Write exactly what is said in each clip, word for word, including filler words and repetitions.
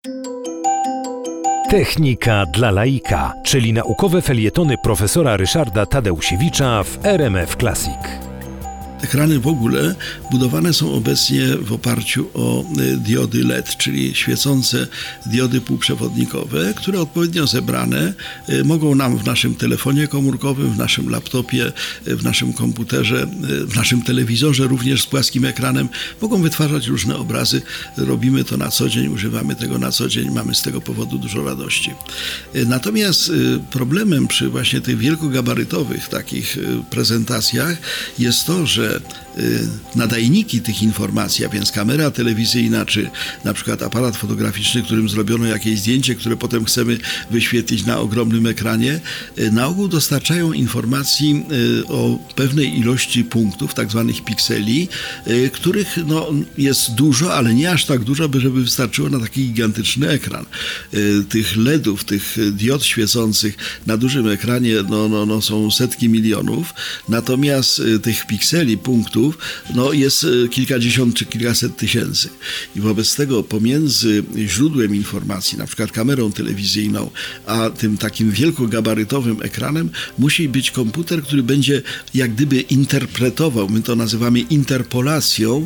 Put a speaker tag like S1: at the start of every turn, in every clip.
S1: Technika dla laika, czyli naukowe felietony profesora Ryszarda Tadeusiewicza w R M F Classic.
S2: Ekrany w ogóle budowane są obecnie w oparciu o diody L E D, czyli świecące diody półprzewodnikowe, które odpowiednio zebrane mogą nam w naszym telefonie komórkowym, w naszym laptopie, w naszym komputerze, w naszym telewizorze również z płaskim ekranem mogą wytwarzać różne obrazy. Robimy to na co dzień, używamy tego na co dzień, mamy z tego powodu dużo radości. Natomiast problemem przy właśnie tych wielkogabarytowych takich prezentacjach jest to, że nadajniki tych informacji, a więc kamera telewizyjna, czy na przykład aparat fotograficzny, którym zrobiono jakieś zdjęcie, które potem chcemy wyświetlić na ogromnym ekranie, na ogół dostarczają informacji o pewnej ilości punktów, tak zwanych pikseli, których no, jest dużo, ale nie aż tak dużo, by żeby wystarczyło na taki gigantyczny ekran. Tych L E D-ów, tych diod świecących na dużym ekranie no, no, no, są setki milionów, natomiast tych pikseli, punktów, no jest kilkadziesiąt czy kilkaset tysięcy. I wobec tego pomiędzy źródłem informacji, na przykład kamerą telewizyjną, a tym takim wielkogabarytowym ekranem musi być komputer, który będzie jak gdyby interpretował, my to nazywamy interpolacją,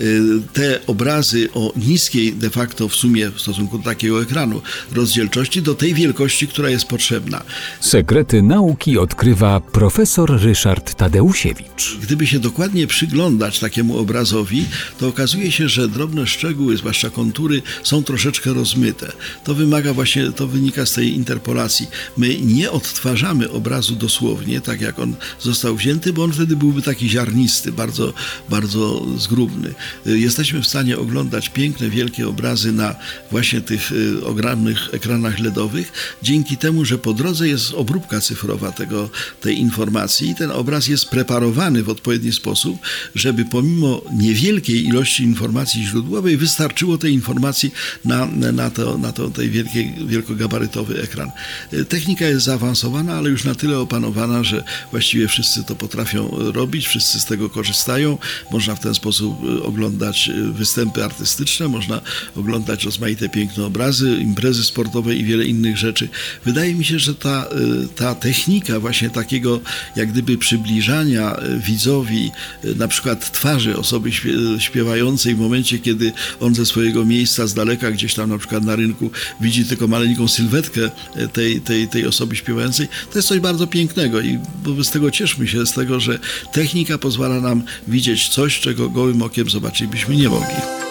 S2: te obrazy o niskiej de facto w sumie w stosunku do takiego ekranu rozdzielczości do tej wielkości, która jest potrzebna.
S1: Sekrety nauki odkrywa profesor Ryszard Tadeusiewicz.
S2: Gdyby się dokładnie przyglądać takiemu obrazowi, to okazuje się, że drobne szczegóły, zwłaszcza kontury, są troszeczkę rozmyte. To wymaga właśnie, to wynika z tej interpolacji. My nie odtwarzamy obrazu dosłownie, tak jak on został wzięty, bo on wtedy byłby taki ziarnisty, bardzo, bardzo zgrubny. Jesteśmy w stanie oglądać piękne, wielkie obrazy na właśnie tych ogromnych ekranach L E D-owych, dzięki temu, że po drodze jest obróbka cyfrowa tego, tej informacji i ten obraz jest preparowany w odpowiedni sposób, żeby pomimo niewielkiej ilości informacji źródłowej wystarczyło tej informacji na, na, to, na to, tej wielkiej, wielkogabarytowy ekran. Technika jest zaawansowana, ale już na tyle opanowana, że właściwie wszyscy to potrafią robić, wszyscy z tego korzystają. Można w ten sposób oglądać występy artystyczne, można oglądać rozmaite piękne obrazy, imprezy sportowe i wiele innych rzeczy. Wydaje mi się, że ta, ta technika właśnie takiego jak gdyby przybliżania widzowi na przykład twarzy osoby śpiewającej w momencie, kiedy on ze swojego miejsca z daleka gdzieś tam na przykład na rynku widzi tylko maleńką sylwetkę tej, tej, tej osoby śpiewającej, to jest coś bardzo pięknego i wobec tego cieszmy się z tego, że technika pozwala nam widzieć coś, czego gołym okiem zobaczyć byśmy nie mogli.